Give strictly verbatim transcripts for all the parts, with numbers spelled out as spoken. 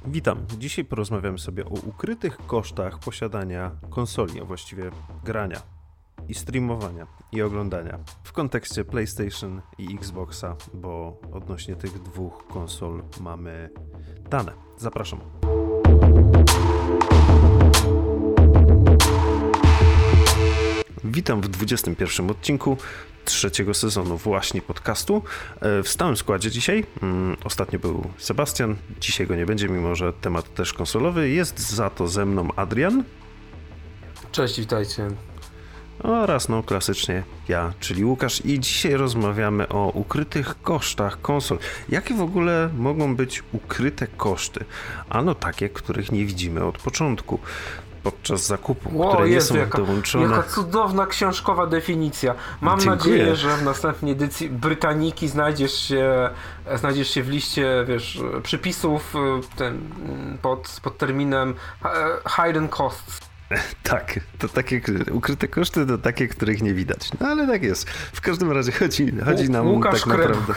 Witam. Dzisiaj porozmawiamy sobie o ukrytych kosztach posiadania konsoli, a właściwie grania i streamowania i oglądania w kontekście PlayStation i Xboxa, bo odnośnie tych dwóch konsol mamy dane. Zapraszam. Witam w dwudziestym pierwszym odcinku trzeciego sezonu właśnie podcastu. W stałym składzie dzisiaj. Ostatnio był Sebastian, dzisiaj go nie będzie, mimo że temat też konsolowy. Jest za to ze mną Adrian. Cześć, witajcie. Oraz no klasycznie ja, czyli Łukasz, i dzisiaj rozmawiamy o ukrytych kosztach konsol. Jakie w ogóle mogą być ukryte koszty? Ano takie, których nie widzimy od początku podczas zakupu, wow, które nie Jezu, są jaka, dołączone. Jaka cudowna książkowa definicja. Mam Dziękuję. nadzieję, że w następnej edycji Brytaniki znajdziesz się, znajdziesz się w liście, wiesz, przypisów ten, pod, pod terminem hidden costs. Tak, to takie ukryte koszty to takie, których nie widać. No ale tak jest. W każdym razie chodzi, chodzi nam Łukasz tak naprawdę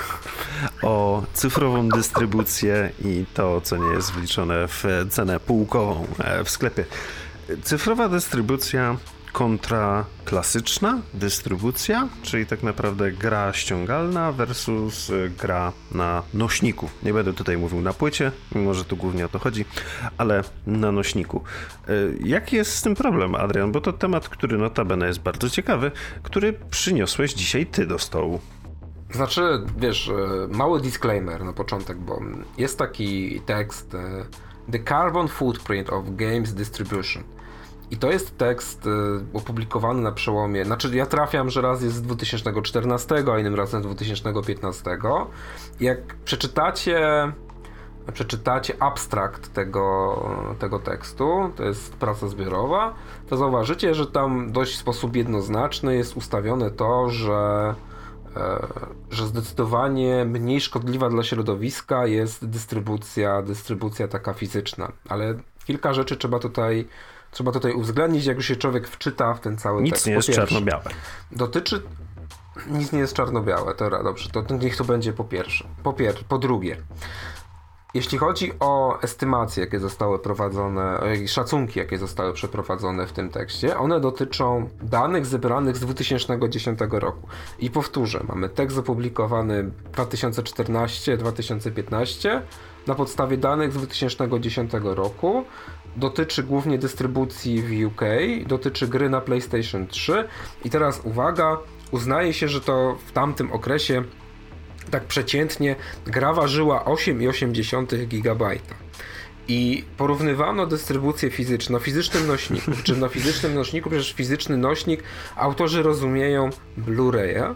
o cyfrową dystrybucję i to, co nie jest wliczone w cenę półkową w sklepie. Cyfrowa dystrybucja kontra klasyczna dystrybucja, czyli tak naprawdę gra ściągalna versus gra na nośniku. Nie będę tutaj mówił na płycie, mimo że tu głównie o to chodzi, ale na nośniku. Jaki jest z tym problem, Adrian? Bo to temat, który notabene jest bardzo ciekawy, który przyniosłeś dzisiaj ty do stołu. Znaczy, wiesz, mały disclaimer na początek, bo jest taki tekst The Carbon Footprint of Games Distribution. I to jest tekst y, opublikowany na przełomie, znaczy ja trafiam, że raz jest z dwa tysiące czternastego, a innym razem z dwa tysiące piętnastego. Jak przeczytacie, przeczytacie abstrakt tego, tego tekstu, to jest praca zbiorowa, to zauważycie, że tam dość w sposób jednoznaczny jest ustawione to, że, e, że zdecydowanie mniej szkodliwa dla środowiska jest dystrybucja, dystrybucja taka fizyczna. Ale kilka rzeczy trzeba tutaj Trzeba tutaj uwzględnić, jak już się człowiek wczyta w ten cały Nic tekst. nie jest pierwsze, czarno-białe. Dotyczy... Nic nie jest czarno-białe, to dobrze, to niech to będzie po pierwsze. Po, pier... po drugie, jeśli chodzi o estymacje, jakie zostały prowadzone, szacunki, jakie zostały przeprowadzone w tym tekście, one dotyczą danych zebranych z dwa tysiące dziesiątego roku. I powtórzę, mamy tekst opublikowany dwa tysiące czternasty dwa tysiące piętnasty na podstawie danych z dwa tysiące dziesiątego roku. Dotyczy głównie dystrybucji w U K, dotyczy gry na PlayStation trzy i teraz uwaga, uznaje się, że to w tamtym okresie tak przeciętnie gra ważyła osiem przecinek osiem gigabajta. I porównywano dystrybucję fizyczną na fizycznym nośniku, czy na fizycznym nośniku, przecież fizyczny nośnik autorzy rozumieją Blu-raya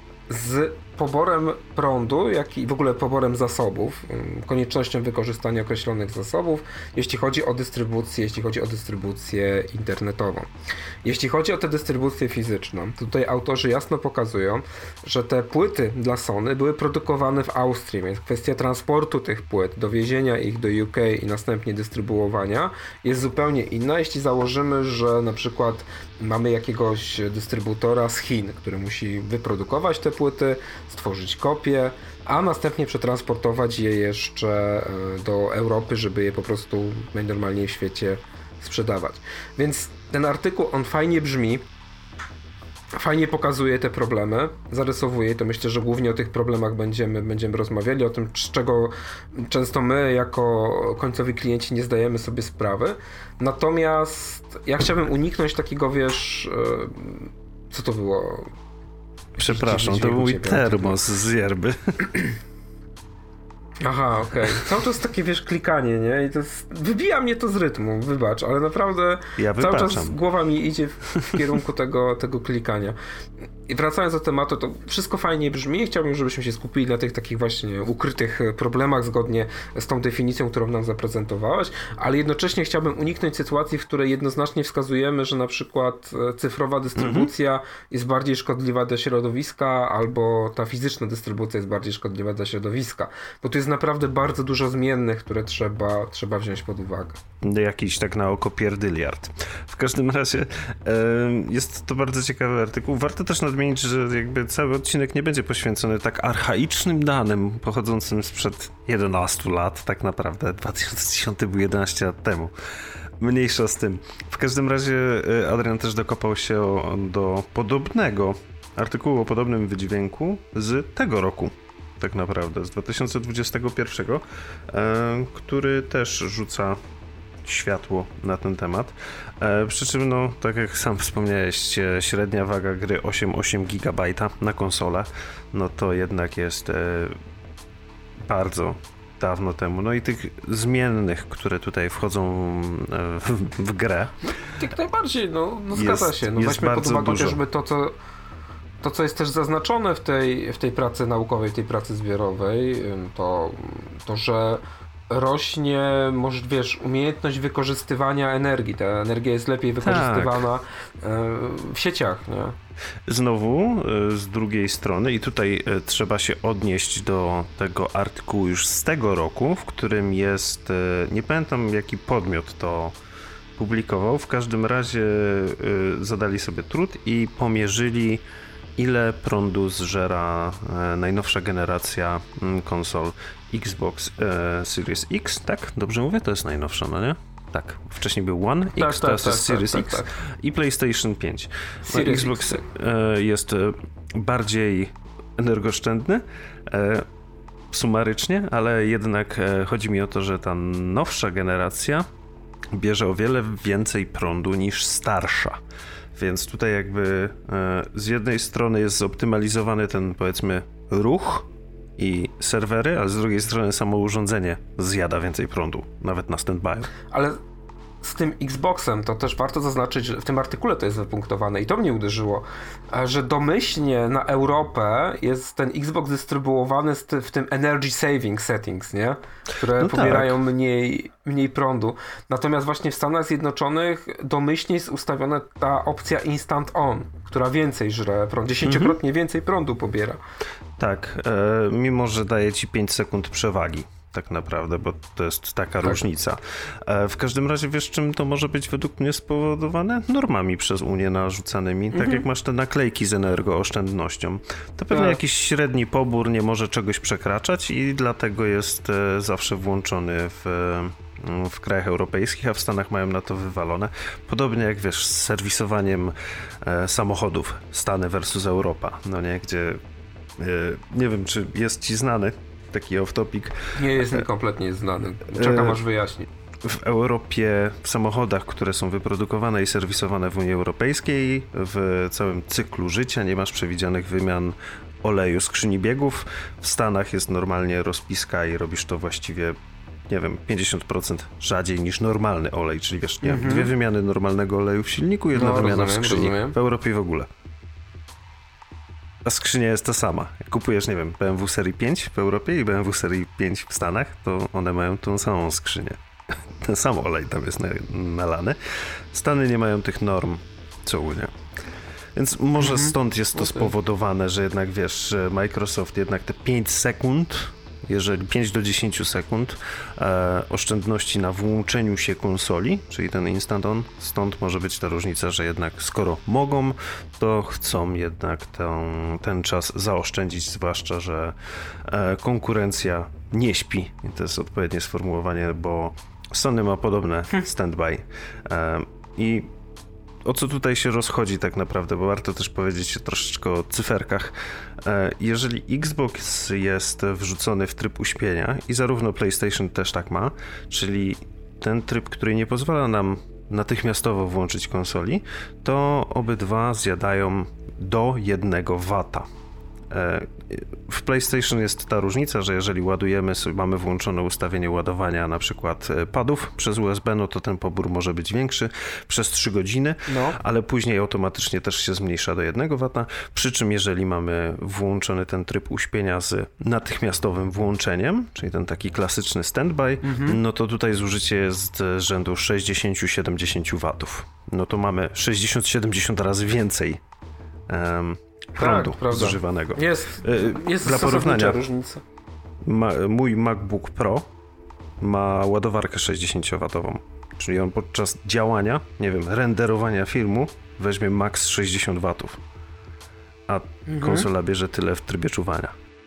z poborem prądu, jak i w ogóle poborem zasobów, koniecznością wykorzystania określonych zasobów, jeśli chodzi o dystrybucję, jeśli chodzi o dystrybucję internetową. Jeśli chodzi o tę dystrybucję fizyczną, tutaj autorzy jasno pokazują, że te płyty dla Sony były produkowane w Austrii, więc kwestia transportu tych płyt, dowiezienia ich do U K i następnie dystrybuowania jest zupełnie inna, jeśli założymy, że na przykład mamy jakiegoś dystrybutora z Chin, który musi wyprodukować te płyty, stworzyć kopię, a następnie przetransportować je jeszcze do Europy, żeby je po prostu najnormalniej w świecie sprzedawać. Więc ten artykuł, on fajnie brzmi, fajnie pokazuje te problemy, zarysowuje, to myślę, że głównie o tych problemach będziemy, będziemy rozmawiali, o tym, z czego często my jako końcowi klienci nie zdajemy sobie sprawy. Natomiast ja chciałbym uniknąć takiego, wiesz, co to było? Przepraszam, to był mój termos z yerby. Aha, okej. Okay. Cały czas takie, wiesz, klikanie, nie? I to jest... Wybija mnie to z rytmu, wybacz, ale naprawdę ja cały czas głowa mi idzie w, w kierunku tego, tego klikania. I wracając do tematu, to wszystko fajnie brzmi. Chciałbym, żebyśmy się skupili na tych takich właśnie ukrytych problemach zgodnie z tą definicją, którą nam zaprezentowałeś, ale jednocześnie chciałbym uniknąć sytuacji, w której jednoznacznie wskazujemy, że na przykład cyfrowa dystrybucja mhm. jest bardziej szkodliwa dla środowiska, albo ta fizyczna dystrybucja jest bardziej szkodliwa dla środowiska. Bo tu jest naprawdę bardzo dużo zmiennych, które trzeba, trzeba wziąć pod uwagę. jakiś tak na oko pierdyliard. W każdym razie e, jest to bardzo ciekawy artykuł. Warto też nadmienić, że jakby cały odcinek nie będzie poświęcony tak archaicznym danym pochodzącym sprzed jedenastu lat, tak naprawdę dwa tysiące dziesiąty był jedenaście lat temu. Mniejsza z tym. W każdym razie Adrian też dokopał się do podobnego artykułu o podobnym wydźwięku z tego roku, tak naprawdę, z dwa tysiące dwudziestego pierwszego, e, który też rzuca światło na ten temat. E, przy czym, no, tak jak sam wspomniałeś, średnia waga gry osiem przecinek osiem gigabajta na konsolę, no to jednak jest e, bardzo dawno temu. No i tych zmiennych, które tutaj wchodzą e, w, w grę. Jak najbardziej, no, no zgadza jest, się. No, weźmy pod uwagę chociażby to, co To, co jest też zaznaczone w tej, w tej pracy naukowej, w tej pracy zbiorowej, to, to że rośnie, może wiesz, umiejętność wykorzystywania energii. Ta energia jest lepiej wykorzystywana tak. w sieciach, nie? Znowu z drugiej strony, i tutaj trzeba się odnieść do tego artykułu już z tego roku, w którym jest, nie pamiętam jaki podmiot to publikował, w każdym razie zadali sobie trud i pomierzyli, ile prądu zżera e, najnowsza generacja m, konsol Xbox e, Series X, tak? Dobrze mówię? To jest najnowsza, no nie? Tak. Wcześniej był One X, tak, teraz tak, jest tak, Series tak, X tak. i PlayStation pięć. No, Xbox X. e, jest e, bardziej energooszczędny, e, sumarycznie, ale jednak e, chodzi mi o to, że ta nowsza generacja bierze o wiele więcej prądu niż starsza. Więc tutaj jakby e, z jednej strony jest zoptymalizowany ten, powiedzmy, ruch i serwery, a z drugiej strony samo urządzenie zjada więcej prądu, nawet na stand-by. Ale z tym Xboxem to też warto zaznaczyć, że w tym artykule to jest wypunktowane i to mnie uderzyło, że domyślnie na Europę jest ten Xbox dystrybuowany w tym energy saving settings, nie? Które no pobierają tak. mniej, mniej prądu. Natomiast właśnie w Stanach Zjednoczonych domyślnie jest ustawiona ta opcja Instant On, która więcej żre prąd, dziesięciokrotnie mhm. więcej prądu pobiera. Tak, e, mimo że daje ci pięć sekund przewagi. Tak naprawdę, bo to jest taka tak. różnica. E, w każdym razie wiesz, czym to może być według mnie spowodowane? Normami przez Unię narzucanymi. Mhm. Tak jak masz te naklejki z energooszczędnością. To pewnie tak. jakiś średni pobór nie może czegoś przekraczać i dlatego jest e, zawsze włączony w, e, w krajach europejskich, a w Stanach mają na to wywalone. Podobnie jak wiesz, z serwisowaniem e, samochodów Stany versus Europa. No nie, gdzie e, nie wiem, czy jest ci znany taki off-topic. Nie jest mi kompletnie znany. Czekam aż wyjaśni. W Europie w samochodach, które są wyprodukowane i serwisowane w Unii Europejskiej, w całym cyklu życia nie masz przewidzianych wymian oleju skrzyni biegów. W Stanach jest normalnie rozpiska i robisz to właściwie, nie wiem, pięćdziesiąt procent rzadziej niż normalny olej, czyli wiesz, nie, mm-hmm. dwie wymiany normalnego oleju w silniku, jedna no, wymiana rozumiem, w skrzyni. Rozumiem. W Europie w ogóle. A skrzynia jest ta sama. Jak kupujesz, nie wiem, B M W serii pięć w Europie i B M W serii pięć w Stanach, to one mają tą samą skrzynię. Ten sam olej tam jest nalany. Stany nie mają tych norm, co Unia. Więc może mhm. stąd jest to spowodowane, że jednak wiesz, że Microsoft jednak te pięć sekund, jeżeli pięć do dziesięciu sekund e, oszczędności na włączeniu się konsoli, czyli ten instant on, stąd może być ta różnica, że jednak skoro mogą, to chcą jednak ten, ten czas zaoszczędzić, zwłaszcza, że e, konkurencja nie śpi. I to jest odpowiednie sformułowanie, bo Sony ma podobne standby. E, I o co tutaj się rozchodzi tak naprawdę, bo warto też powiedzieć troszeczkę o cyferkach. Jeżeli Xbox jest wrzucony w tryb uśpienia i zarówno PlayStation też tak ma, czyli ten tryb, który nie pozwala nam natychmiastowo włączyć konsoli, to obydwa zjadają do jednego wata. W PlayStation jest ta różnica, że jeżeli ładujemy, mamy włączone ustawienie ładowania na przykład padów przez U S B, no to ten pobór może być większy przez trzy godziny, no. ale później automatycznie też się zmniejsza do jednego wata, przy czym jeżeli mamy włączony ten tryb uśpienia z natychmiastowym włączeniem, czyli ten taki klasyczny standby, mhm. no to tutaj zużycie jest z rzędu sześćdziesiąt do siedemdziesięciu watów. No to mamy sześćdziesiąt do siedemdziesięciu razy więcej um, prądu tak, zużywanego. Jest, jest Dla porównania, różnica. Ma, mój MacBook Pro ma ładowarkę sześćdziesięciowatową. Czyli on podczas działania, nie wiem, renderowania filmu weźmie max sześćdziesiąt watów. A mhm. konsola bierze tyle w trybie czuwania.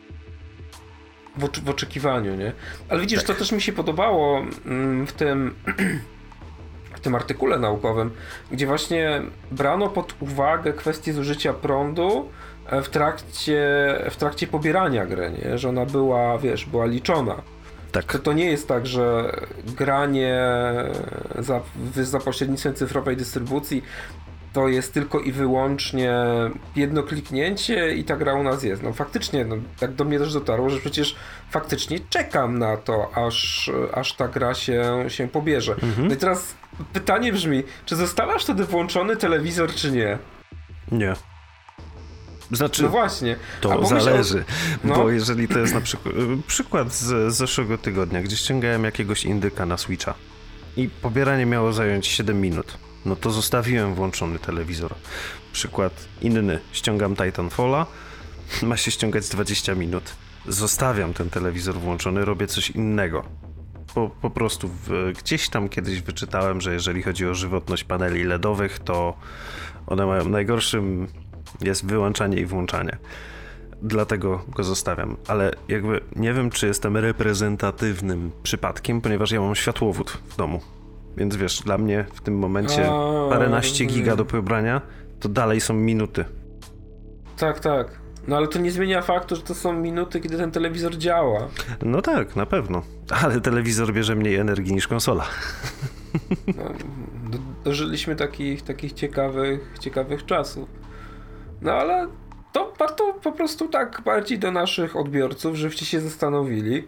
W, ocz- w oczekiwaniu, nie? Ale widzisz, tak. to też mi się podobało w tym, w tym artykule naukowym, gdzie właśnie brano pod uwagę kwestię zużycia prądu w trakcie, w trakcie pobierania gry, nie? Że ona była, wiesz, była liczona. Tak. To, to nie jest tak, że granie za, za pośrednictwem cyfrowej dystrybucji to jest tylko i wyłącznie jedno kliknięcie i ta gra u nas jest. No faktycznie, no, tak do mnie też dotarło, że przecież faktycznie czekam na to, aż, aż ta gra się, się pobierze. Mhm. No i teraz pytanie brzmi, czy zostawiasz wtedy włączony telewizor, czy nie? Nie. Znaczy, no właśnie. to zależy, no. Bo jeżeli to jest na przykład przykład z zeszłego tygodnia, gdzie ściągałem jakiegoś indyka na Switcha i pobieranie miało zająć siedem minut, no to zostawiłem włączony telewizor. Przykład inny, ściągam Titanfalla, ma się ściągać dwadzieścia minut. Zostawiam ten telewizor włączony, robię coś innego. Po, po prostu w, gdzieś tam kiedyś wyczytałem, że jeżeli chodzi o żywotność paneli L E D owych, to one mają najgorszym jest wyłączanie i włączanie. Dlatego go zostawiam. Ale jakby nie wiem, czy jestem reprezentatywnym przypadkiem, ponieważ ja mam światłowód w domu. Więc wiesz, dla mnie w tym momencie A, paręnaście rozumiem. giga do pobrania to dalej są minuty. Tak, tak. No ale to nie zmienia faktu, że to są minuty, kiedy ten telewizor działa. No tak, na pewno. Ale telewizor bierze mniej energii niż konsola. No, do, dożyliśmy takich, takich ciekawych, ciekawych czasów. No ale to warto po prostu tak bardziej do naszych odbiorców, żebyście się zastanowili,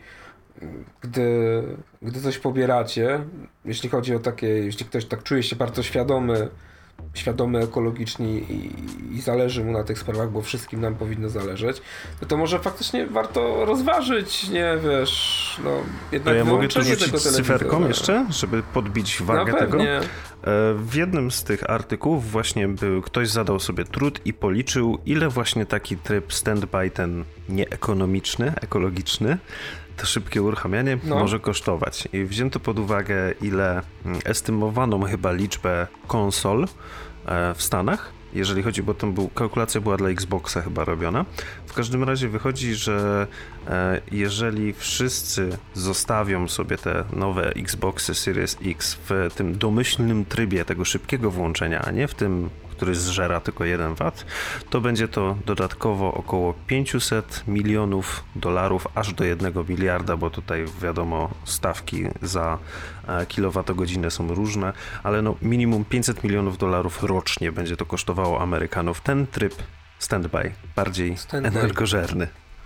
gdy, gdy coś pobieracie, jeśli chodzi o takie, jeśli ktoś tak czuje się bardzo świadomy, świadomy ekologicznie i, i zależy mu na tych sprawach, bo wszystkim nam powinno zależeć, no to może faktycznie warto rozważyć, nie wiesz, no jednak ja mogę tu rzucić tego z cyferką jeszcze, żeby podbić wagę no, tego. W jednym z tych artykułów właśnie był, ktoś zadał sobie trud i policzył, ile właśnie taki tryb standby, ten nieekonomiczny, ekologiczny, to szybkie uruchamianie no. może kosztować. I wzięto pod uwagę, ile estymowaną chyba liczbę konsol w Stanach, jeżeli chodzi, bo tam był, kalkulacja była dla Xboxa chyba robiona. W każdym razie wychodzi, że e, jeżeli wszyscy zostawią sobie te nowe Xboxy Series X w tym domyślnym trybie tego szybkiego włączenia, a nie w tym, który zżera tylko jeden wat, to będzie to dodatkowo około pięćset milionów dolarów, aż do jednego miliarda, bo tutaj wiadomo stawki za kilowatogodzinę są różne, ale no minimum pięćset milionów dolarów rocznie będzie to kosztowało Amerykanów. Ten tryb standby, bardziej stand energożerny.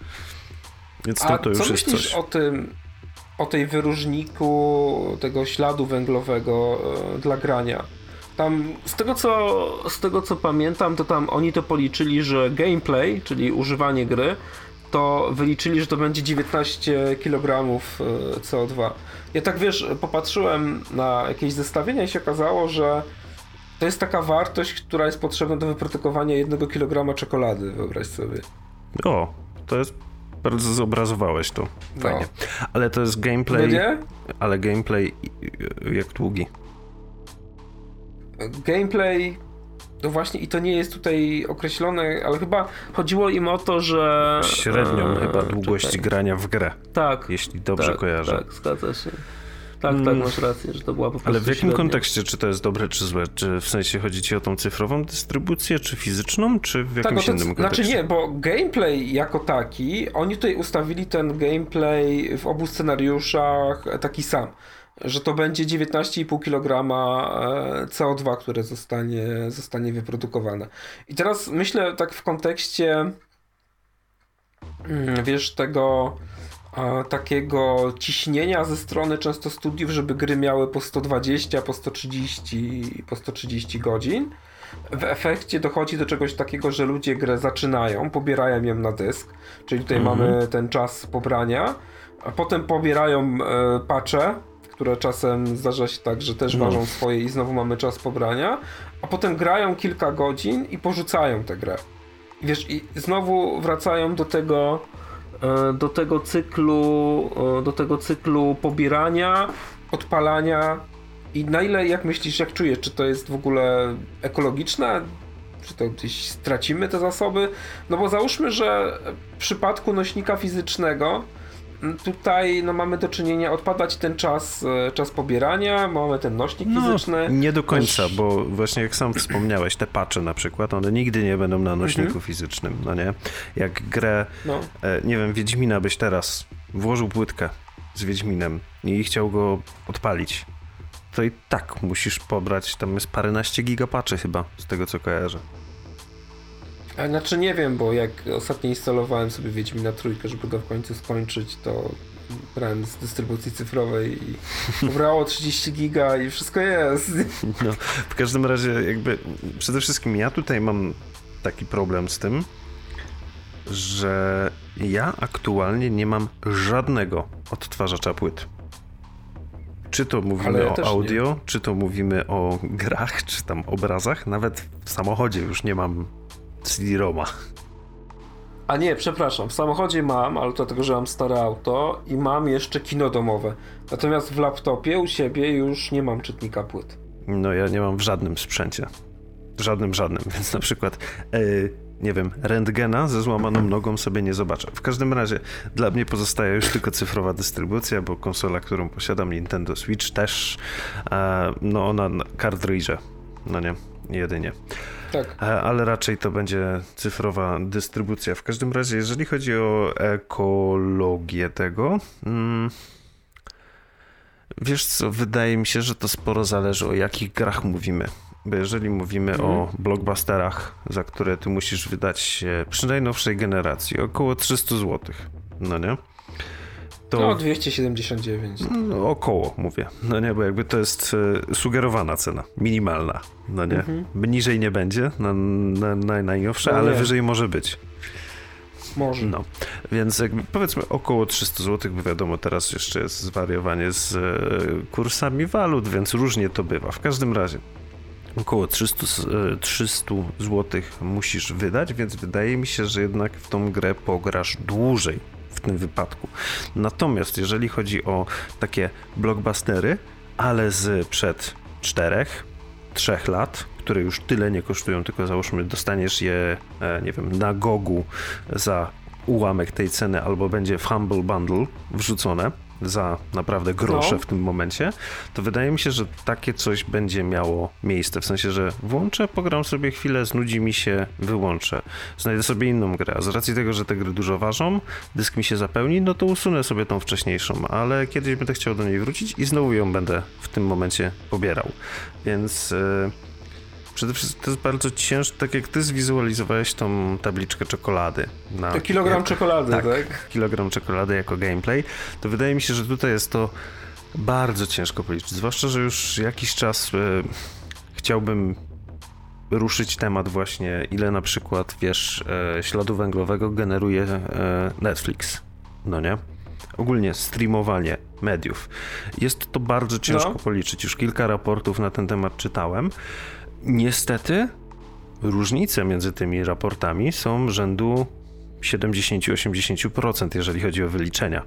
Więc to, to już co jest myślisz coś. o tym, o tej wyróżniku tego śladu węglowego e, dla grania? Tam z tego co z tego co pamiętam, to tam oni to policzyli, że gameplay, czyli używanie gry, to wyliczyli, że to będzie dziewiętnaście kilogramów C O dwa. Ja tak wiesz, popatrzyłem na jakieś zestawienia i się okazało, że to jest taka wartość, która jest potrzebna do wyprodukowania jednego kilograma czekolady, wyobraź sobie. O, to jest bardzo zobrazowałeś to. Fajnie. No. Ale to jest gameplay. No nie? Ale gameplay jak długi? Gameplay to właśnie i to nie jest tutaj określone, ale chyba chodziło im o to, że średnią e, chyba długość czekaj. grania w grę. Tak. Jeśli dobrze tak, kojarzę. Tak, zgadza się. Tak, tak, masz rację, że to była po prostu Ale w jakim średnia. kontekście, czy to jest dobre, czy złe? Czy w sensie chodzi ci o tą cyfrową dystrybucję, czy fizyczną, czy w jakimś tak, no to, innym kontekście? Znaczy nie, bo gameplay jako taki, oni tutaj ustawili ten gameplay w obu scenariuszach taki sam. Że to będzie dziewiętnaście i pół kilograma C O dwa, które zostanie, zostanie wyprodukowane. I teraz myślę tak w kontekście wiesz, tego a, takiego ciśnienia ze strony często studiów, żeby gry miały po sto dwadzieścia, po sto trzydzieści, po sto trzydzieści godzin. W efekcie dochodzi do czegoś takiego, że ludzie grę zaczynają, pobierają ją na dysk, czyli tutaj mhm. mamy ten czas pobrania, a potem pobierają e, patche, które czasem zdarza się tak, że też no. ważą swoje i znowu mamy czas pobrania, a potem grają kilka godzin i porzucają tę grę. I wiesz, i znowu wracają do tego do tego cyklu, do tego cyklu pobierania, odpalania i na ile, jak myślisz, jak czujesz, czy to jest w ogóle ekologiczne? Czy to gdzieś stracimy te zasoby? No bo załóżmy, że w przypadku nośnika fizycznego tutaj no, mamy do czynienia, odpadać ten czas, czas pobierania, mamy ten nośnik no, fizyczny. Nie do końca, też... bo właśnie jak sam wspomniałeś, te patche na przykład, one nigdy nie będą na nośniku mhm. fizycznym, no nie? Jak grę, no. e, nie wiem, Wiedźmina byś teraz włożył płytkę z Wiedźminem i chciał go odpalić, to i tak musisz pobrać, tam jest paręnaście gigapatchy chyba, z tego co kojarzę. A znaczy nie wiem, bo jak ostatnio instalowałem sobie Wiedźmina trójkę, żeby go w końcu skończyć, to brałem z dystrybucji cyfrowej i pobrało trzydzieści giga i wszystko jest. No, w każdym razie jakby przede wszystkim ja tutaj mam taki problem z tym, że ja aktualnie nie mam żadnego odtwarzacza płyt. Czy to mówimy ja o audio, nie. czy to mówimy o grach, czy tam obrazach, nawet w samochodzie już nie mam C D-ROMa. A nie, przepraszam, w samochodzie mam, ale to dlatego, że mam stare auto i mam jeszcze kino domowe. Natomiast w laptopie u siebie już nie mam czytnika płyt. No ja nie mam w żadnym sprzęcie. W żadnym, żadnym, więc na przykład yy, nie wiem, rentgena ze złamaną nogą sobie nie zobaczę. W każdym razie dla mnie pozostaje już tylko cyfrowa dystrybucja, bo konsola, którą posiadam, Nintendo Switch też, e, no ona na kartridże, no nie, jedynie. Tak. Ale raczej to będzie cyfrowa dystrybucja. W każdym razie, jeżeli chodzi o ekologię tego, mm, wiesz co, wydaje mi się, że to sporo zależy, o jakich grach mówimy. Bo jeżeli mówimy mm. o blockbusterach, za które ty musisz wydać przy najnowszej generacji około trzysta złotych, no nie? To, no dwieście siedemdziesiąt dziewięć. No, około mówię, no nie, bo jakby to jest e, sugerowana cena, minimalna, no nie, mhm. niżej nie będzie na, na, na najnowsze, no ale nie. wyżej może być. Może. No, więc jakby powiedzmy około trzysta złotych, bo wiadomo, teraz jeszcze jest zwariowanie z e, kursami walut, więc różnie to bywa. W każdym razie około trzysta złotych musisz wydać, więc wydaje mi się, że jednak w tą grę pograsz dłużej w tym wypadku. Natomiast jeżeli chodzi o takie blockbustery, ale z przed czterech, trzech lat, które już tyle nie kosztują, tylko załóżmy dostaniesz je, nie wiem, na Gogu za ułamek tej ceny, albo będzie w Humble Bundle wrzucone za naprawdę grosze no. w tym momencie, to wydaje mi się, że takie coś będzie miało miejsce. W sensie, że włączę, pogram sobie chwilę, znudzi mi się, wyłączę. Znajdę sobie inną grę. A z racji tego, że te gry dużo ważą, dysk mi się zapełni, no to usunę sobie tą wcześniejszą, ale kiedyś będę chciał do niej wrócić i znowu ją będę w tym momencie pobierał. Więc yy, przede wszystkim to jest bardzo ciężko, tak jak ty zwizualizowałeś tą tabliczkę czekolady. Na, to kilogram jak, czekolady, tak, tak? Kilogram czekolady jako gameplay. To wydaje mi się, że tutaj jest to bardzo ciężko policzyć. Zwłaszcza, że już jakiś czas e, chciałbym ruszyć temat właśnie, ile na przykład, wiesz, e, śladu węglowego generuje e, Netflix. No nie? Ogólnie streamowanie mediów. Jest to bardzo ciężko no. policzyć. Już kilka raportów na ten temat czytałem. Niestety różnice między tymi raportami są rzędu siedemdziesiąt do osiemdziesięciu procent, jeżeli chodzi o wyliczenia.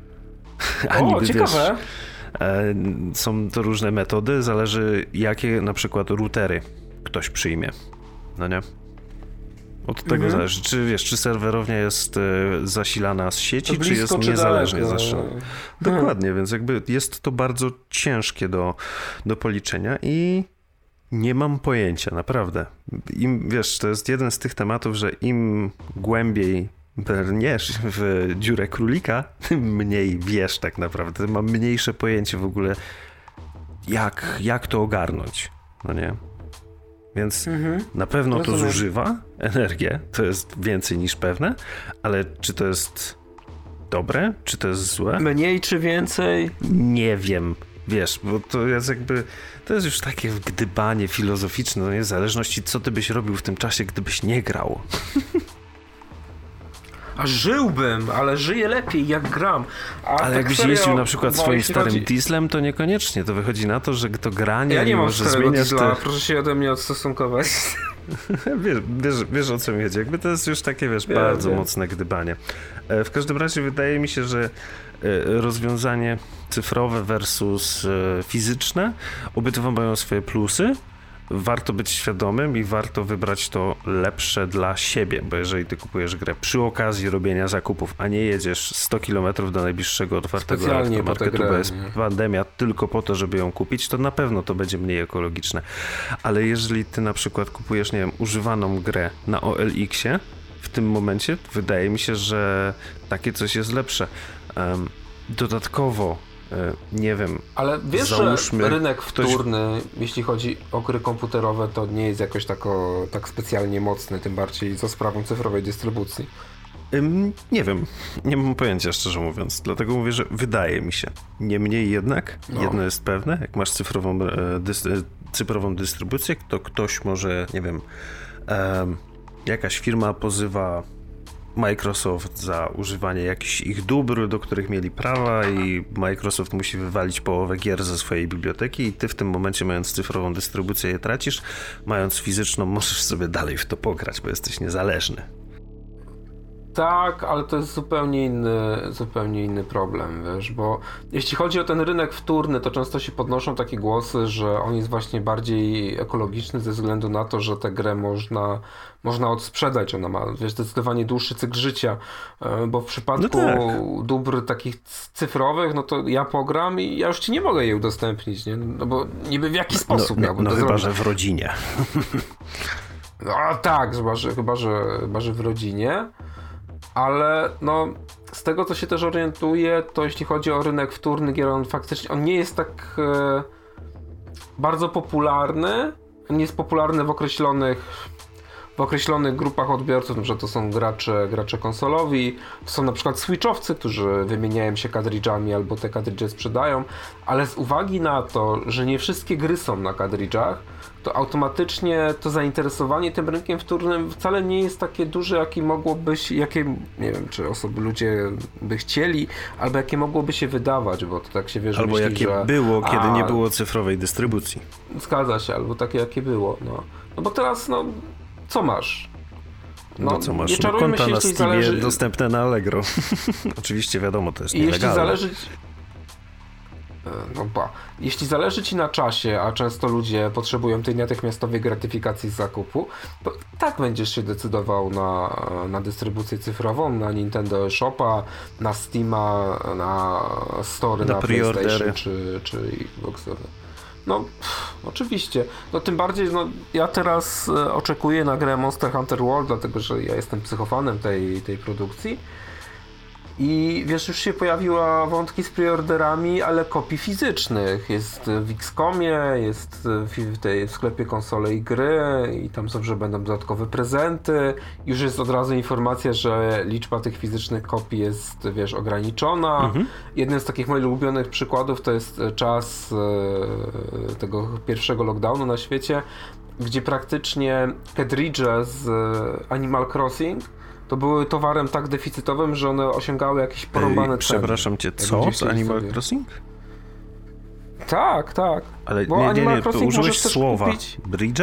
A o, niby, ciekawe. Wiesz, e, są to różne metody, zależy jakie na przykład routery ktoś przyjmie. No nie? Od tego mhm. zależy, czy wiesz, czy serwerownia jest e, zasilana z sieci, czy jest czy niezależnie daleko. zasilana. Dokładnie, więc jakby jest to bardzo ciężkie do, do policzenia i nie mam pojęcia, naprawdę. Im, wiesz, to jest jeden z tych tematów, że im głębiej brniesz w dziurę królika, tym mniej wiesz tak naprawdę. Mam mniejsze pojęcie w ogóle, jak, jak to ogarnąć, no nie? Więc mhm. na pewno to zużywa energię, to jest więcej niż pewne, ale czy to jest dobre, czy to jest złe? Mniej czy więcej? Nie wiem. Wiesz, bo to jest jakby, to jest już takie gdybanie filozoficzne, no nie, w zależności co ty byś robił w tym czasie, gdybyś nie grał. A żyłbym, ale żyję lepiej jak gram. A ale tak jakbyś serio, jeździł na przykład swoim starym chodzi... dieslem, to niekoniecznie. To wychodzi na to, że to granie ja nie mam może starego zmieniać diesla, te... proszę się ode mnie odstosunkować. wiesz, wiesz, wiesz o co mi chodzi. Jakby to jest już takie, wiesz, wiem, bardzo wiem. mocne gdybanie. W każdym razie wydaje mi się, że rozwiązanie cyfrowe versus fizyczne, obydwa mają swoje plusy. Warto być świadomym i warto wybrać to lepsze dla siebie, bo jeżeli ty kupujesz grę przy okazji robienia zakupów, a nie jedziesz sto kilometrów do najbliższego otwartego marketu, bo jest nie. pandemia tylko po to, żeby ją kupić, to na pewno to będzie mniej ekologiczne. Ale jeżeli ty na przykład kupujesz, nie wiem, używaną grę na O L X-ie, w tym momencie wydaje mi się, że takie coś jest lepsze. Um, dodatkowo nie wiem. Ale wiesz, załóżmy, że rynek wtórny, ktoś... jeśli chodzi o gry komputerowe, to nie jest jakoś tako, tak specjalnie mocny, tym bardziej za sprawą cyfrowej dystrybucji. Ym, nie wiem, nie mam pojęcia, szczerze mówiąc, dlatego mówię, że wydaje mi się. Niemniej jednak, no. jedno jest pewne, jak masz cyfrową, dys- cyfrową dystrybucję, to ktoś może, nie wiem, um, jakaś firma pozywa Microsoft za używanie jakichś ich dóbr, do których mieli prawa i Microsoft musi wywalić połowę gier ze swojej biblioteki i ty w tym momencie, mając cyfrową dystrybucję, je tracisz, mając fizyczną możesz sobie dalej w to pograć, bo jesteś niezależny. Tak, ale to jest zupełnie inny, zupełnie inny problem, wiesz, bo jeśli chodzi o ten rynek wtórny, to często się podnoszą takie głosy, że on jest właśnie bardziej ekologiczny ze względu na to, że tę grę można, można odsprzedać, ona ma, wiesz, zdecydowanie dłuższy cykl życia, bo w przypadku no tak. dóbr takich cyfrowych, no to ja pogram i ja już ci nie mogę jej udostępnić, nie? No bo niby w jaki sposób no, miałbym no, to no chyba, zrobić? że w rodzinie. No tak, chyba, że, chyba, że, chyba, że w rodzinie. Ale no, z tego co się też orientuję, to jeśli chodzi o rynek wtórny gier, on faktycznie on nie jest tak e, bardzo popularny. On jest popularny w określonych w określonych grupach odbiorców, że to są gracze, gracze konsolowi, są na przykład switchowcy, którzy wymieniają się kadridżami albo te kadridże sprzedają, ale z uwagi na to, że nie wszystkie gry są na kadridżach, to automatycznie to zainteresowanie tym rynkiem wtórnym wcale nie jest takie duże, jakie mogłoby się, jakie, nie wiem, czy osoby, ludzie by chcieli, albo jakie mogłoby się wydawać, bo to tak się wiesz, albo myśli, jakie że, było, kiedy a, nie było cyfrowej dystrybucji. Zgadza się, albo takie, jakie było, no. No bo teraz, no, co masz? No, no co masz? Nie czarujmy konta się, na Steamie zależy... dostępne na Allegro. Oczywiście wiadomo, to jest I nielegalne. Jeśli zależy... No ba. Jeśli zależy ci na czasie, a często ludzie potrzebują tej natychmiastowej gratyfikacji z zakupu, to tak będziesz się decydował na, na dystrybucję cyfrową, na Nintendo Shopa, na Steama, na Story, na, na PlayStation czy, czy Xboxowe. No, pff, oczywiście. No tym bardziej, no ja teraz e, oczekuję na grę Monster Hunter World, dlatego że ja jestem psychofanem tej, tej produkcji. I wiesz, już się pojawiła wątki z preorderami, ale kopii fizycznych. Jest w X-Comie, jest w, tej, w sklepie konsole i gry i tam zawsze będą dodatkowe prezenty. Już jest od razu informacja, że liczba tych fizycznych kopii jest, wiesz, ograniczona. Mhm. Jeden z takich moich ulubionych przykładów to jest czas e, tego pierwszego lockdownu na świecie, gdzie praktycznie cartridge z Animal Crossing to były towarem tak deficytowym, że one osiągały jakieś porąbane Ej, ceny. Przepraszam cię, co? Z Animal sobie. Crossing? Tak, tak. Ale bo nie, nie, Animal nie, Crossing użyłeś słowa. Kupić... Bridge?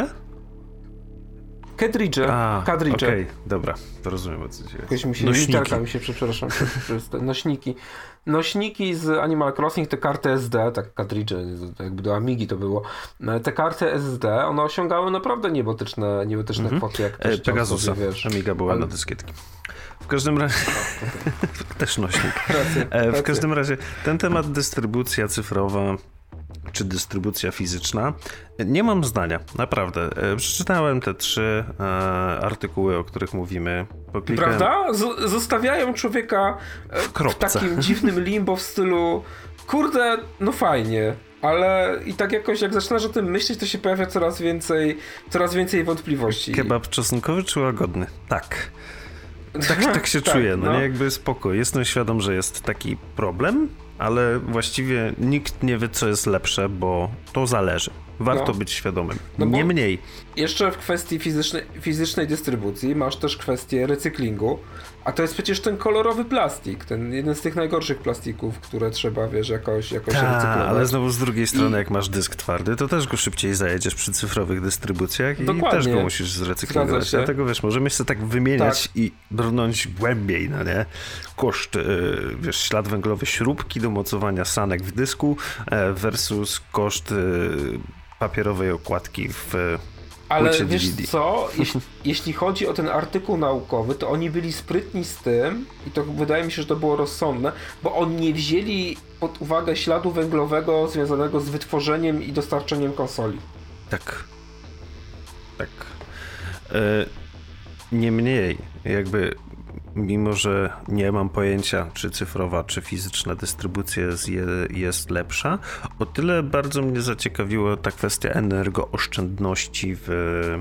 Cadridge. Cadridge. Okej, okay, dobra, to rozumiem o co ci jest. Mi się, literka mi się, przepraszam, przez te nośniki. Nośniki z Animal Crossing, te karty S D, tak cartridge, jakby do Amigi to było, te karty S D, one osiągały naprawdę niebotyczne, niebotyczne mm-hmm. kwoty, jak ktoś Pegasusa, sobie, wiesz. Amiga była Ale... na dyskietki. W każdym razie... Też nośnik. Racja, w racja. każdym razie ten temat dystrybucja cyfrowa czy dystrybucja fizyczna, nie mam zdania, naprawdę. Przeczytałem te trzy e, artykuły, o których mówimy. Poklikałem... Prawda? Z- zostawiają człowieka w, w takim dziwnym limbo w stylu kurde, no fajnie, ale i tak jakoś jak zaczynasz o tym myśleć, to się pojawia coraz więcej, coraz więcej wątpliwości. Kebab czosnkowy czy łagodny? Tak. Tak, tak się tak, czuję, no, no nie, jakby spoko. Jestem świadom, że jest taki problem ale właściwie nikt nie wie, co jest lepsze, bo to zależy. Warto no. być świadomym. No nie mniej. Jeszcze w kwestii fizycznej, fizycznej dystrybucji masz też kwestię recyklingu, a to jest przecież ten kolorowy plastik, ten jeden z tych najgorszych plastików, które trzeba, wiesz, jakoś, jakoś Ta, recyklować. Ale znowu z drugiej strony, I... jak masz dysk twardy, to też go szybciej zajedziesz przy cyfrowych dystrybucjach i Dokładnie. też go musisz zrecyklingować. Dlatego wiesz, możemy się tak wymieniać tak. i brnąć głębiej, no nie? Koszt, yy, wiesz, ślad węglowy śrubki do mocowania sanek w dysku yy, versus koszt yy, papierowej okładki w Ale wiesz co, jeśli, jeśli chodzi o ten artykuł naukowy, to oni byli sprytni z tym i to wydaje mi się, że to było rozsądne, bo oni nie wzięli pod uwagę śladu węglowego związanego z wytworzeniem i dostarczeniem konsoli. Tak. Tak. E, niemniej, jakby mimo, że nie mam pojęcia, czy cyfrowa, czy fizyczna dystrybucja jest, jest lepsza, o tyle bardzo mnie zaciekawiła ta kwestia energooszczędności w,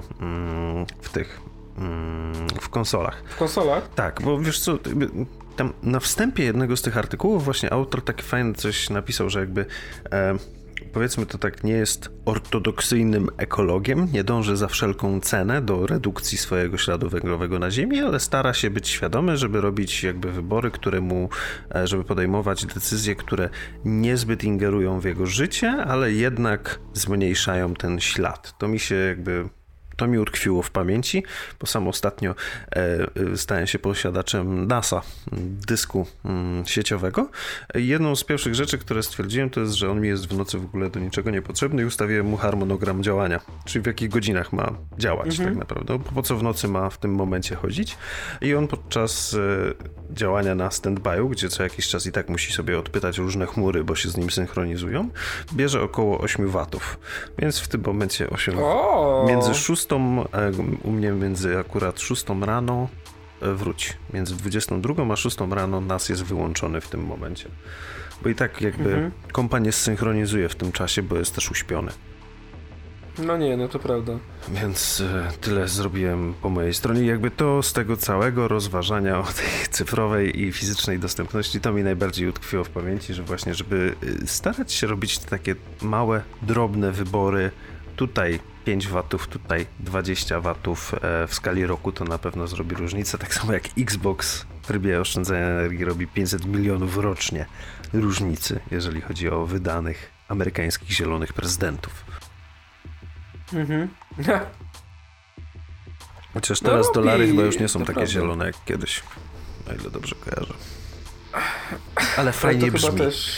w tych, w konsolach. W konsolach? Tak, bo wiesz co, tam na wstępie jednego z tych artykułów właśnie autor taki fajny coś napisał, że jakby e, powiedzmy to tak, nie jest ortodoksyjnym ekologiem, nie dąży za wszelką cenę do redukcji swojego śladu węglowego na ziemi, ale stara się być świadomy, żeby robić jakby wybory, które mu, żeby podejmować decyzje, które niezbyt ingerują w jego życie, ale jednak zmniejszają ten ślad. To mi się jakby... To mi utkwiło w pamięci, bo sam ostatnio e, stałem się posiadaczem nasa, dysku mm, sieciowego. Jedną z pierwszych rzeczy, które stwierdziłem, to jest, że on mi jest w nocy w ogóle do niczego niepotrzebny i ustawiłem mu harmonogram działania, czyli w jakich godzinach ma działać mhm. tak naprawdę, po co w nocy ma w tym momencie chodzić. I on podczas e, działania na stand-by'u, gdzie co jakiś czas i tak musi sobie odpytać różne chmury, bo się z nim synchronizują, bierze około osiem watów. Więc w tym momencie osiem o! między szóstą u mnie między akurat szóstą rano wróć. Między dwudziestą drugą a szóstą rano nas jest wyłączony w tym momencie. Bo i tak jakby mhm. kompa nie zsynchronizuje w tym czasie, bo jest też uśpiony. No nie, no to prawda. Więc y, tyle zrobiłem po mojej stronie. Jakby to z tego całego rozważania o tej cyfrowej i fizycznej dostępności, to mi najbardziej utkwiło w pamięci, że właśnie, żeby starać się robić te takie małe, drobne wybory. Tutaj pięć watów, tutaj dwadzieścia watów w skali roku, to na pewno zrobi różnicę. Tak samo jak Xbox w trybie oszczędzania energii robi pięćset milionów rocznie różnicy, jeżeli chodzi o wydanych amerykańskich zielonych prezydentów. Mhm. Chociaż teraz no, dolary chyba już nie są takie prawda. zielone jak kiedyś, o ile dobrze kojarzę. Ale fajnie brzmi. Chyba też...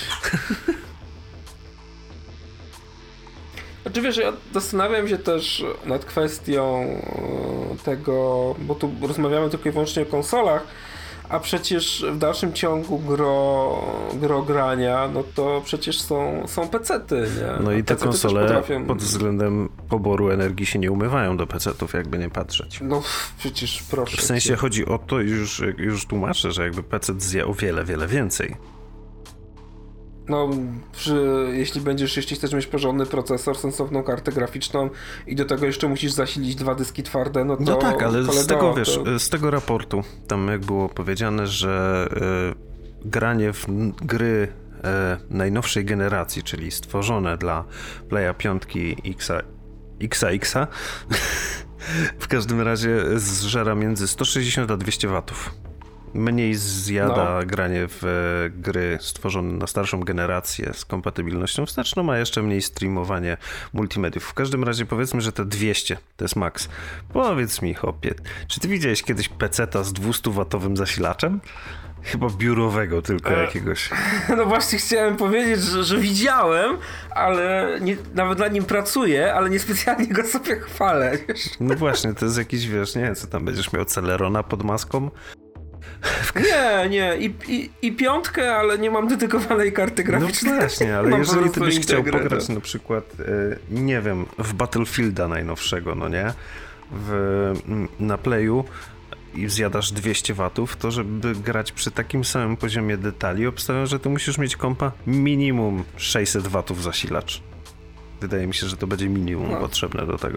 Znaczy wiesz, ja zastanawiam się też nad kwestią tego, bo tu rozmawiamy tylko i wyłącznie o konsolach, a przecież w dalszym ciągu gro, gro grania, no to przecież są, są pecety, nie? No i te pecety konsole potrafią... pod względem poboru energii się nie umywają do pecetów, jakby nie patrzeć. No przecież proszę. W sensie cię. chodzi o to, już, już tłumaczę, że jakby pecet zje o wiele, wiele więcej. No, przy, jeśli będziesz, jeśli chcesz mieć porządny procesor, sensowną kartę graficzną i do tego jeszcze musisz zasilić dwa dyski twarde, no to... No tak, ale kolego, z tego, wiesz, to... z tego raportu, tam jak było powiedziane, że y, granie w gry y, najnowszej generacji, czyli stworzone dla Playa piątki Xa, Xa, Xa w każdym razie zżera między sto sześćdziesiąt a dwieście watów. Mniej zjada no. granie w gry stworzone na starszą generację z kompatybilnością wsteczną, a jeszcze mniej streamowanie multimediów. W każdym razie powiedzmy, że te dwieście to jest maks. Powiedz mi, chłopie, czy ty widziałeś kiedyś peceta z dwustowatowym zasilaczem? Chyba biurowego tylko e, jakiegoś. No właśnie chciałem powiedzieć, że, że widziałem, ale nie, nawet na nim pracuję, ale niespecjalnie go sobie chwalę. Wiesz? No właśnie, to jest jakiś, wiesz, nie wiem, co tam będziesz miał, Celerona pod maską? Nie, nie. I, i, I piątkę, ale nie mam dedykowanej karty graficznej. No właśnie, ale jeżeli ty byś chciał pograć na przykład, nie wiem, w Battlefielda najnowszego, no nie? W, na Playu i zjadasz dwieście watów, to żeby grać przy takim samym poziomie detali, obstawiam, że ty musisz mieć kompa minimum sześćset watów zasilacz. Wydaje mi się, że to będzie minimum no. potrzebne do tego.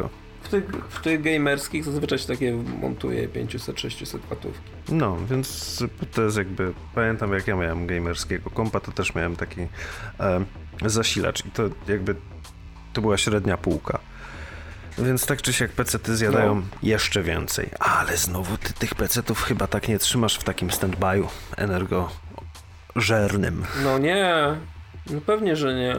tych, w tych gamerskich zazwyczaj się takie montuje pięćset sześćset watówki. No, więc to jest jakby, pamiętam jak ja miałem gamerskiego kompa, to też miałem taki e, zasilacz i to jakby to była średnia półka. Więc tak czy siak pecety zjadają no. jeszcze więcej. Ale znowu ty tych pecetów chyba tak nie trzymasz w takim stand-by'u energożernym. No nie, no pewnie, że nie.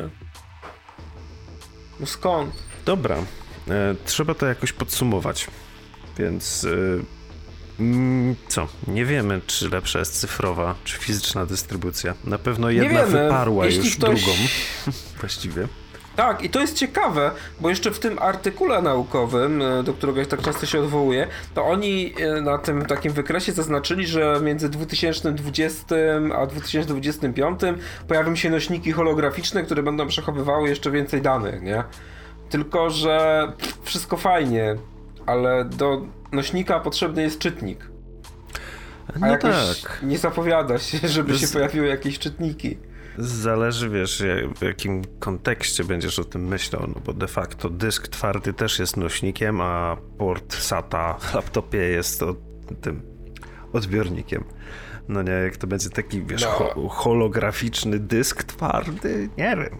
No skąd? Dobra, e, trzeba to jakoś podsumować. Więc e, mm, co? Nie wiemy, czy lepsza jest cyfrowa, czy fizyczna dystrybucja. Na pewno jedna wyparła Jeśli już ktoś... drugą. Właściwie. Tak, i to jest ciekawe, bo jeszcze w tym artykule naukowym, do którego tak często się odwołuję, to oni na tym takim wykresie zaznaczyli, że między dwa tysiące dwudziestym a dwa tysiące dwudziestym piątym pojawią się nośniki holograficzne, które będą przechowywały jeszcze więcej danych, nie? Tylko że wszystko fajnie, ale do nośnika potrzebny jest czytnik. A no jakoś tak. nie zapowiada się, żeby się pojawiły jakieś czytniki. Zależy, wiesz, w jakim kontekście będziesz o tym myślał, no bo de facto dysk twardy też jest nośnikiem, a port SATA w laptopie jest od, tym odbiornikiem. No nie, jak to będzie taki, wiesz, no. ho- holograficzny dysk twardy, nie wiem.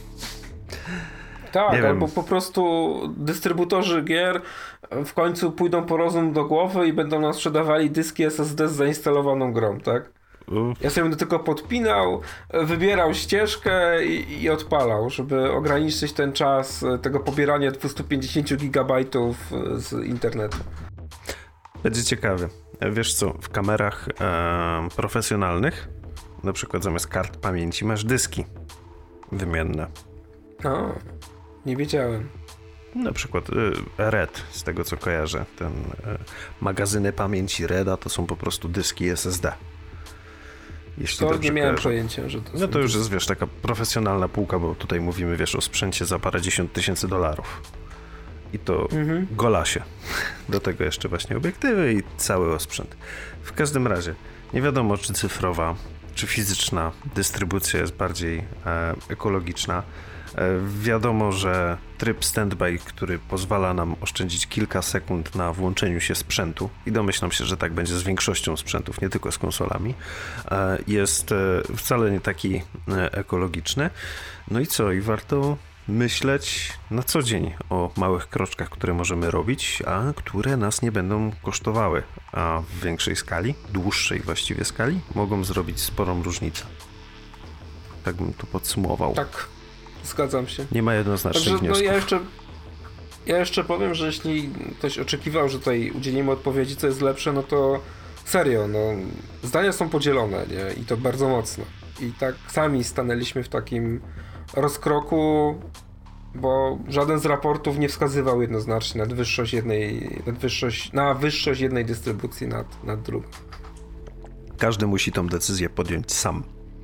Tak, nie albo wiem. po prostu dystrybutorzy gier w końcu pójdą po rozum do głowy i będą nam sprzedawali dyski S S D z zainstalowaną grą, tak? Uf. Ja sobie będę tylko podpinał, wybierał ścieżkę i, i odpalał, żeby ograniczyć ten czas tego pobierania dwieście pięćdziesiąt gigabajtów z internetu. Będzie ciekawy. Wiesz co, w kamerach e, profesjonalnych na przykład zamiast kart pamięci masz dyski wymienne. O, nie wiedziałem. Na przykład y, Red, z tego co kojarzę. Ten y, magazyny pamięci Reda to są po prostu dyski S S D. Jeśli to nie miałem kojarzę. pojęcia, że to No to już jest, wiesz, taka profesjonalna półka, bo tutaj mówimy, wiesz, o sprzęcie za parędziesiąt tysięcy dolarów. I to mhm. golasie. Do tego jeszcze właśnie obiektywy i cały osprzęt. W każdym razie, nie wiadomo, czy cyfrowa, czy fizyczna dystrybucja jest bardziej e, ekologiczna. E, wiadomo, że tryb standby, który pozwala nam oszczędzić kilka sekund na włączeniu się sprzętu, i domyślam się, że tak będzie z większością sprzętów, nie tylko z konsolami, e, jest e, wcale nie taki e, ekologiczny. No i co? I warto myśleć na co dzień o małych kroczkach, które możemy robić, a które nas nie będą kosztowały, a w większej skali, dłuższej właściwie skali, mogą zrobić sporą różnicę. Tak bym to podsumował. Tak, zgadzam się. Nie ma jednoznacznych Także, wniosków. No ja jeszcze, ja jeszcze powiem, że jeśli ktoś oczekiwał, że tutaj udzielimy odpowiedzi, co jest lepsze, no to serio, no zdania są podzielone, nie? I to bardzo mocno. I tak sami stanęliśmy w takim rozkroku, bo żaden z raportów nie wskazywał jednoznacznie na wyższość jednej, na wyższość, na wyższość jednej dystrybucji nad, nad drugą. Każdy musi tą decyzję podjąć sam.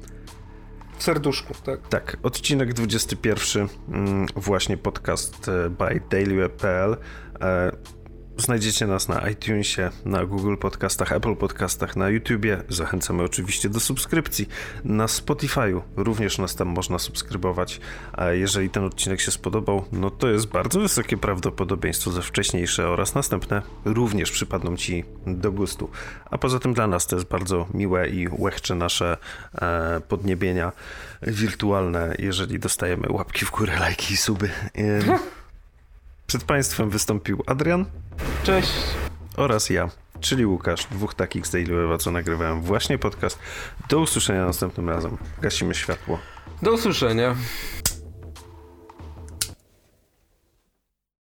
W serduszku, tak? Tak, odcinek dwudziesty pierwszy, właśnie podcast by dailyweb kropka p l. Znajdziecie nas na iTunesie, na Google Podcastach, Apple Podcastach, na YouTubie. Zachęcamy oczywiście do subskrypcji. Na Spotify'u również nas tam można subskrybować. A jeżeli ten odcinek się spodobał, no to jest bardzo wysokie prawdopodobieństwo, że wcześniejsze oraz następne również przypadną Ci do gustu. A poza tym dla nas to jest bardzo miłe i łechcze nasze e, podniebienia wirtualne, jeżeli dostajemy łapki w górę, lajki i suby. E, Przed Państwem wystąpił Adrian. Cześć. Oraz ja, czyli Łukasz, dwóch takich z Daily Weba, co nagrywałem właśnie podcast. Do usłyszenia następnym razem. Gasimy światło. Do usłyszenia.